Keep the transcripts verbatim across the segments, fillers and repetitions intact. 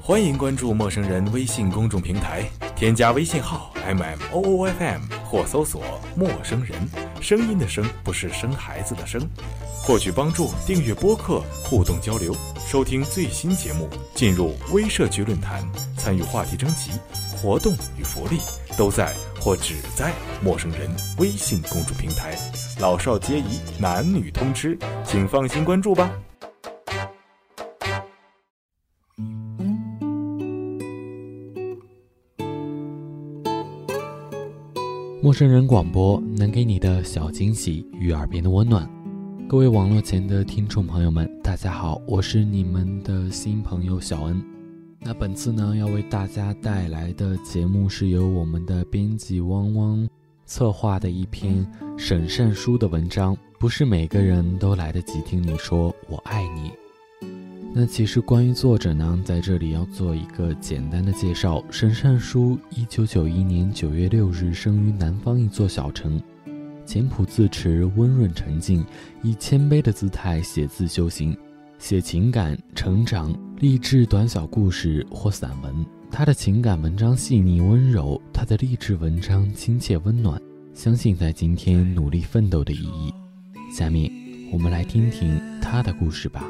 欢迎关注陌生人微信公众平台，添加微信号 M M O O F M 或搜索陌生人，声音的声不是生孩子的生。获取帮助，订阅播客，互动交流，收听最新节目，进入微社区论坛，参与话题征集，活动与福利都在或只在陌生人微信公众平台，老少皆宜，男女通吃，请放心关注吧。 陌生人广播能给你的小惊喜与耳边的温暖。各位网络前的听众朋友们，大家好，我是你们的新朋友小恩。那本次呢，要为大家带来的节目是由我们的编辑汪汪策划的一篇审慎书的文章，不是每个人都来得及听你说我爱你。那其实关于作者呢，在这里要做一个简单的介绍。沈善书一九九一年九月六日生于南方一座小城，简朴自持，温润沉静，以谦卑的姿态写字修行，写情感、成长、励志短小故事或散文。他的情感文章细腻温柔，他的励志文章亲切温暖，相信在今天努力奋斗的意义。下面我们来听听他的故事吧。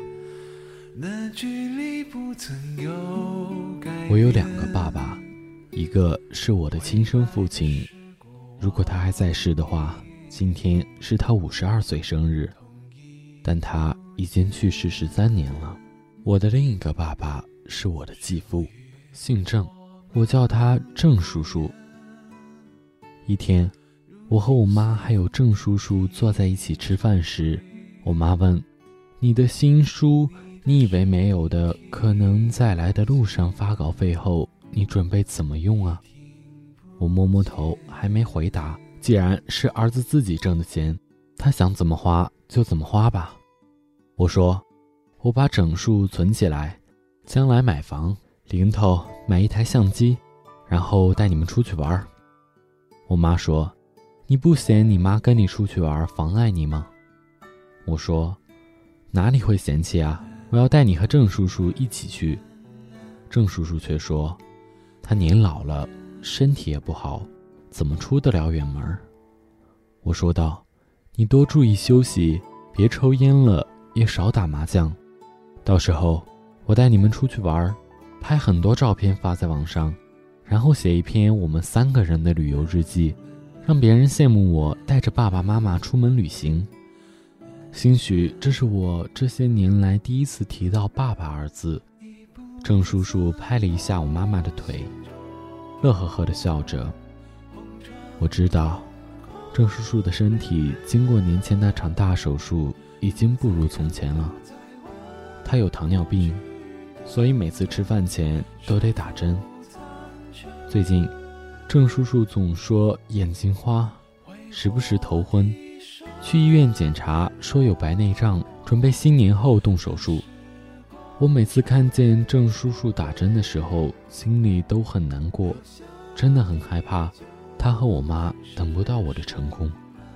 我有两个爸爸，一个是我的亲生父亲，如果他还在世的话，今天是他五十二岁生日，但他已经去世十三年了。我的另一个爸爸是我的继父，姓郑，我叫他郑叔叔。一天，我和我妈还有郑叔叔坐在一起吃饭时，我妈问：你的新书，你以为没有的，可能在来的路上发稿费后，你准备怎么用啊？我摸摸头，还没回答。既然是儿子自己挣的钱，他想怎么花就怎么花吧。我说，我把整数存起来，将来买房，零头买一台相机，然后带你们出去玩。我妈说，你不嫌你妈跟你出去玩妨碍你吗？我说，哪里会嫌弃啊，我要带你和郑叔叔一起去。郑叔叔却说，他年老了，身体也不好，怎么出得了远门？我说道，你多注意休息，别抽烟了，也少打麻将。到时候我带你们出去玩，拍很多照片发在网上，然后写一篇我们三个人的旅游日记，让别人羡慕我带着爸爸妈妈出门旅行。兴许这是我这些年来第一次提到爸爸二字。郑叔叔拍了一下我妈妈的腿，乐呵呵地笑着。我知道郑叔叔的身体经过年前那场大手术已经不如从前了，他有糖尿病，所以每次吃饭前都得打针。最近郑叔叔总说眼睛花，时不时头昏，去医院检查说有白内障，准备新年后动手术。我每次看见郑叔叔打针的时候，心里都很难过，真的很害怕他和我妈等不到我的成功。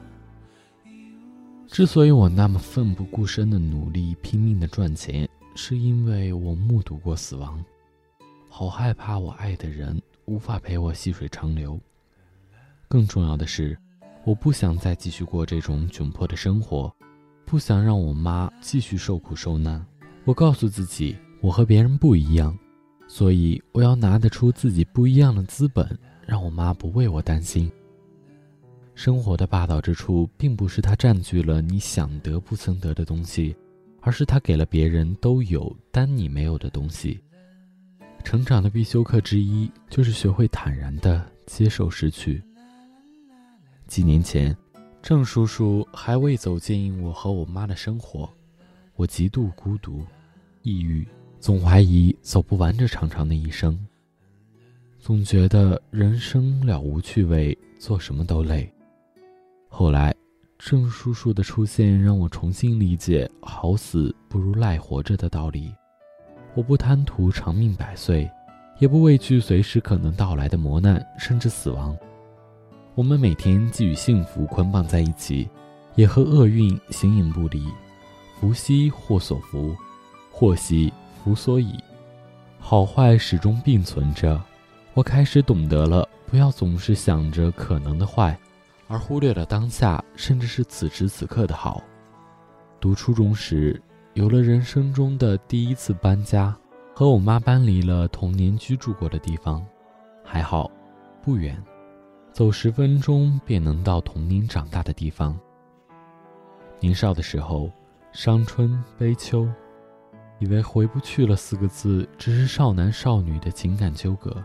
之所以我那么奋不顾身的努力拼命的赚钱，是因为我目睹过死亡，好害怕我爱的人无法陪我细水长流。更重要的是，我不想再继续过这种窘迫的生活，不想让我妈继续受苦受难。我告诉自己，我和别人不一样，所以我要拿得出自己不一样的资本，让我妈不为我担心。生活的霸道之处，并不是它占据了你想得不曾得的东西，而是它给了别人都有但你没有的东西。成长的必修课之一，就是学会坦然地接受失去。几年前，郑叔叔还未走进我和我妈的生活，我极度孤独、抑郁，总怀疑走不完这长长的一生，总觉得人生了无趣味，做什么都累。后来郑叔叔的出现让我重新理解好死不如赖活着的道理。我不贪图长命百岁，也不畏惧随时可能到来的磨难甚至死亡。我们每天既与幸福捆绑在一起，也和厄运形影不离。福兮祸所伏，祸兮福所倚。 好坏始终并存着。我开始懂得了，不要总是想着可能的坏，而忽略了当下，甚至是此时此刻的好。读初中时，有了人生中的第一次搬家，和我妈搬离了童年居住过的地方，还好，不远，走十分钟便能到童年长大的地方。年少的时候，伤春悲秋，以为回不去了四个字只是少男少女的情感纠葛。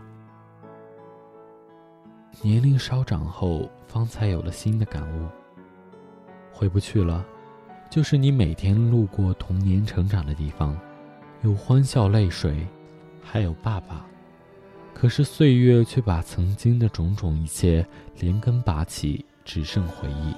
年龄稍长后，方才有了新的感悟，回不去了，就是你每天路过童年成长的地方，有欢笑泪水，还有爸爸。可是岁月却把曾经的种种一切连根拔起，只剩回忆。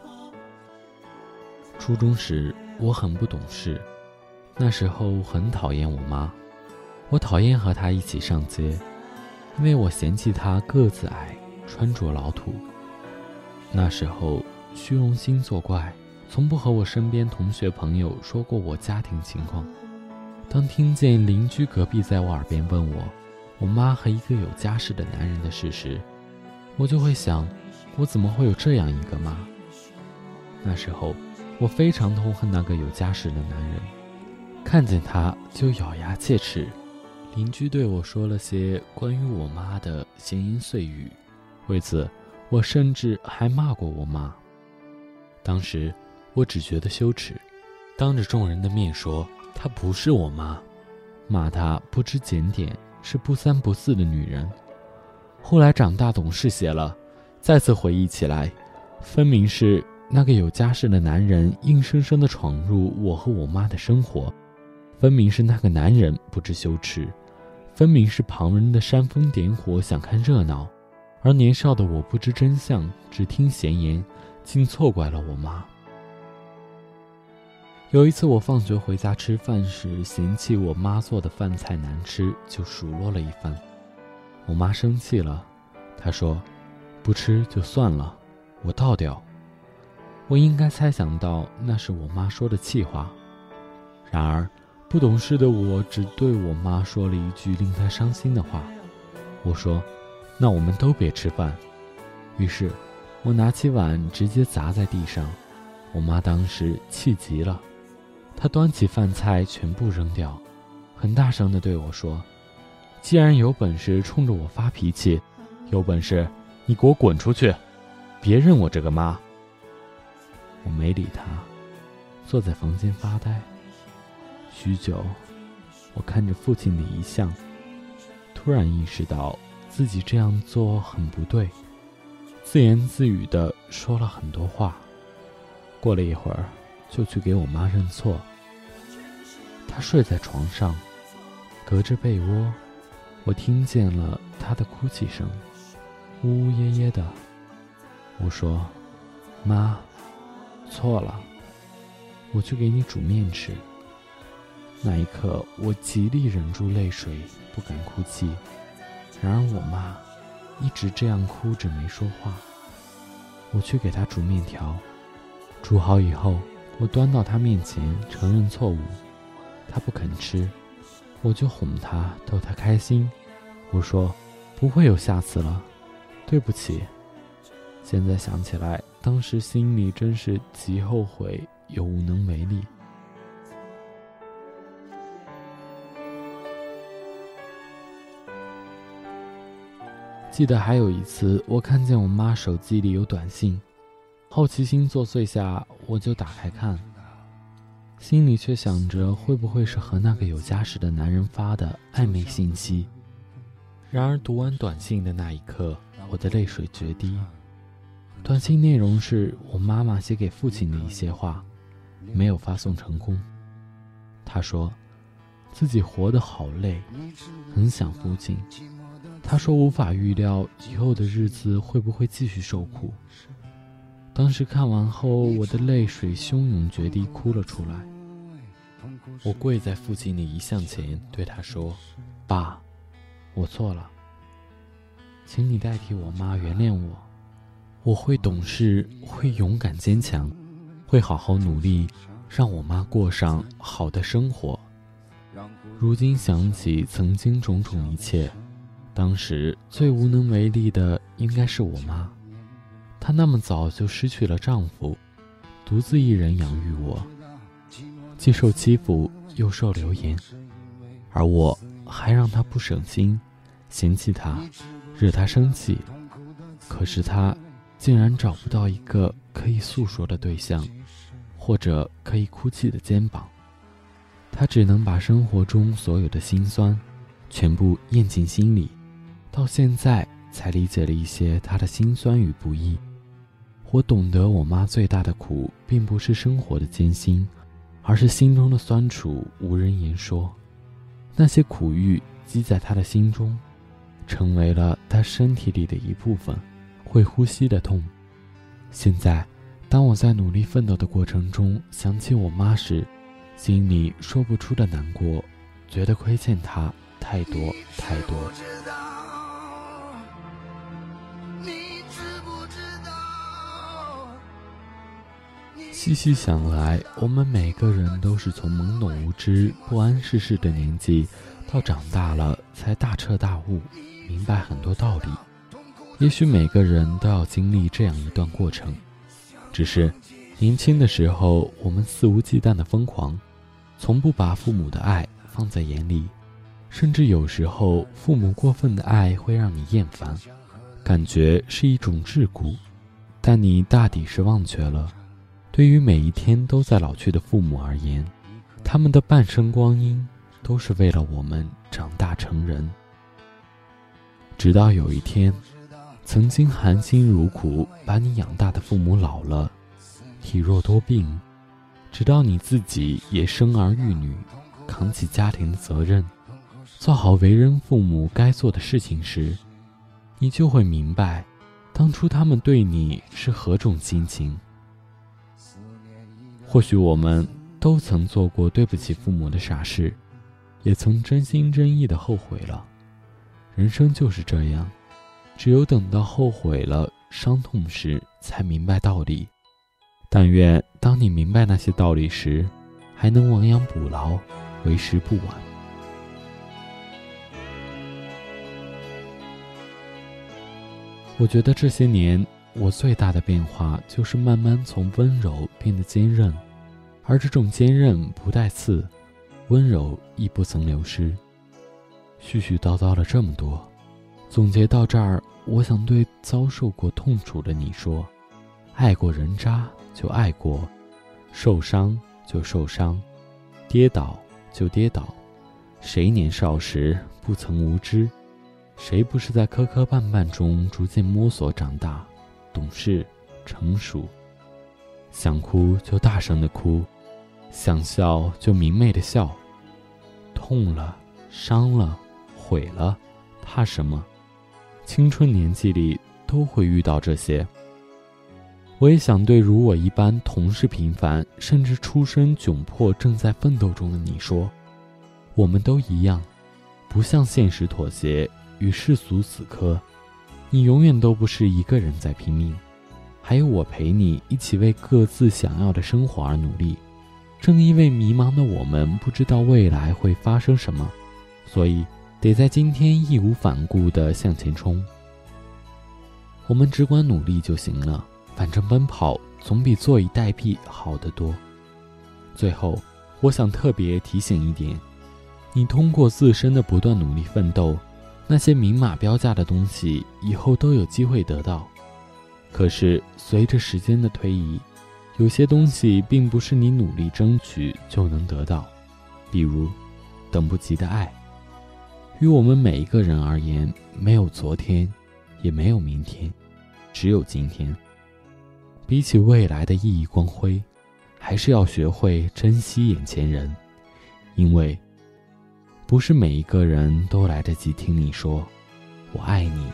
初中时，我很不懂事，那时候很讨厌我妈，我讨厌和她一起上街，因为我嫌弃她个子矮，穿着老土。那时候虚荣心作怪，从不和我身边同学朋友说过我家庭情况。当听见邻居隔壁在我耳边问我我妈和一个有家室的男人的事时，我就会想，我怎么会有这样一个妈？那时候我非常痛恨那个有家室的男人，看见他就咬牙切齿。邻居对我说了些关于我妈的闲言碎语，为此我甚至还骂过我妈。当时我只觉得羞耻，当着众人的面说她不是我妈，骂她不知检点，是不三不四的女人。后来长大懂事些了，再次回忆起来，分明是那个有家室的男人硬生生地闯入我和我妈的生活，分明是那个男人不知羞耻，分明是旁人的煽风点火想看热闹，而年少的我不知真相，只听闲言，竟错怪了我妈。有一次我放学回家吃饭时，嫌弃我妈做的饭菜难吃，就数落了一番。我妈生气了，她说不吃就算了，我倒掉。我应该猜想到那是我妈说的气话，然而不懂事的我只对我妈说了一句令她伤心的话，我说那我们都别吃饭。于是我拿起碗直接砸在地上，我妈当时气极了，她端起饭菜全部扔掉，很大声地对我说，既然有本事冲着我发脾气，有本事你给我滚出去，别认我这个妈。我没理她，坐在房间发呆。许久，我看着父亲的遗像，突然意识到自己这样做很不对，自言自语地说了很多话。过了一会儿，就去给我妈认错。她睡在床上，隔着被窝，我听见了她的哭泣声，呜呜咽咽的。我说，妈，错了，我去给你煮面吃。那一刻，我极力忍住泪水，不敢哭泣。然而我妈一直这样哭着没说话。我去给她煮面条，煮好以后，我端到她面前承认错误，她不肯吃，我就哄她，逗她开心。我说不会有下次了，对不起。现在想起来，当时心里真是极后悔又无能为力。记得还有一次，我看见我妈手机里有短信，好奇心作祟下，我就打开看，心里却想着会不会是和那个有家室的男人发的暧昧信息。然而读完短信的那一刻，我的泪水决堤。短信内容是我妈妈写给父亲的一些话，没有发送成功。她说自己活得好累，很想父亲。她说无法预料以后的日子会不会继续受苦。当时看完后，我的泪水汹涌决堤，哭了出来。我跪在父亲的遗像前，对他说，爸，我错了，请你代替我妈原谅我，我会懂事，会勇敢坚强，会好好努力，让我妈过上好的生活。 如今想起曾经种种一切，当时最无能为力的应该是我妈。她那么早就失去了丈夫，独自一人养育我，既受欺负又受流言，而我还让她不省心，嫌弃她，惹她生气。可是她竟然找不到一个可以诉说的对象，或者可以哭泣的肩膀。她只能把生活中所有的辛酸全部咽进心里，到现在才理解了一些她的辛酸与不易。我懂得我妈最大的苦并不是生活的艰辛，而是心中的酸楚无人言说。那些苦郁积在她的心中，成为了她身体里的一部分，会呼吸的痛。现在当我在努力奋斗的过程中想起我妈时，心里说不出的难过，觉得亏欠她太多太多。细细想来，我们每个人都是从懵懂无知、不谙世事的年纪，到长大了才大彻大悟，明白很多道理。也许每个人都要经历这样一段过程，只是年轻的时候，我们肆无忌惮的疯狂，从不把父母的爱放在眼里，甚至有时候父母过分的爱会让你厌烦，感觉是一种桎梏。但你大抵是忘却了，对于每一天都在老去的父母而言，他们的半生光阴都是为了我们长大成人。直到有一天，曾经含辛茹苦把你养大的父母老了，体弱多病，直到你自己也生儿育女，扛起家庭的责任，做好为人父母该做的事情时，你就会明白当初他们对你是何种心情。或许我们都曾做过对不起父母的傻事，也曾真心真意的后悔了。人生就是这样，只有等到后悔了、伤痛时，才明白道理。但愿当你明白那些道理时，还能亡羊补牢，为时不晚。我觉得这些年我最大的变化就是慢慢从温柔变得坚韧，而这种坚韧不带刺，温柔亦不曾流失。絮絮叨叨了这么多，总结到这儿，我想对遭受过痛楚的你说，爱过人渣就爱过，受伤就受伤，跌倒就跌倒。谁年少时不曾无知？谁不是在磕磕绊绊中逐渐摸索长大，懂事成熟？想哭就大声的哭，想笑就明媚的笑。痛了，伤了，毁了，怕什么？青春年纪里都会遇到这些。我也想对如我一般同是平凡，甚至出身窘迫正在奋斗中的你说，我们都一样，不向现实妥协，与世俗死磕。你永远都不是一个人在拼命，还有我陪你一起为各自想要的生活而努力。正因为迷茫的我们不知道未来会发生什么，所以得在今天义无反顾地向前冲。我们只管努力就行了，反正奔跑总比坐以待毙好得多。最后，我想特别提醒一点，你通过自身的不断努力奋斗，那些明码标价的东西以后都有机会得到。可是随着时间的推移，有些东西并不是你努力争取就能得到，比如等不及的爱。于我们每一个人而言，没有昨天，也没有明天，只有今天。比起未来的熠熠光辉，还是要学会珍惜眼前人，因为不是每一个人都来得及听你说我爱你。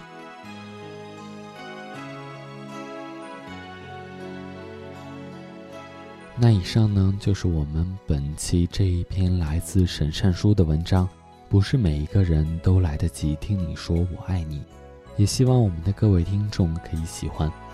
那以上呢，就是我们本期这一篇来自沈善书的文章，不是每一个人都来得及听你说我爱你。也希望我们的各位听众可以喜欢。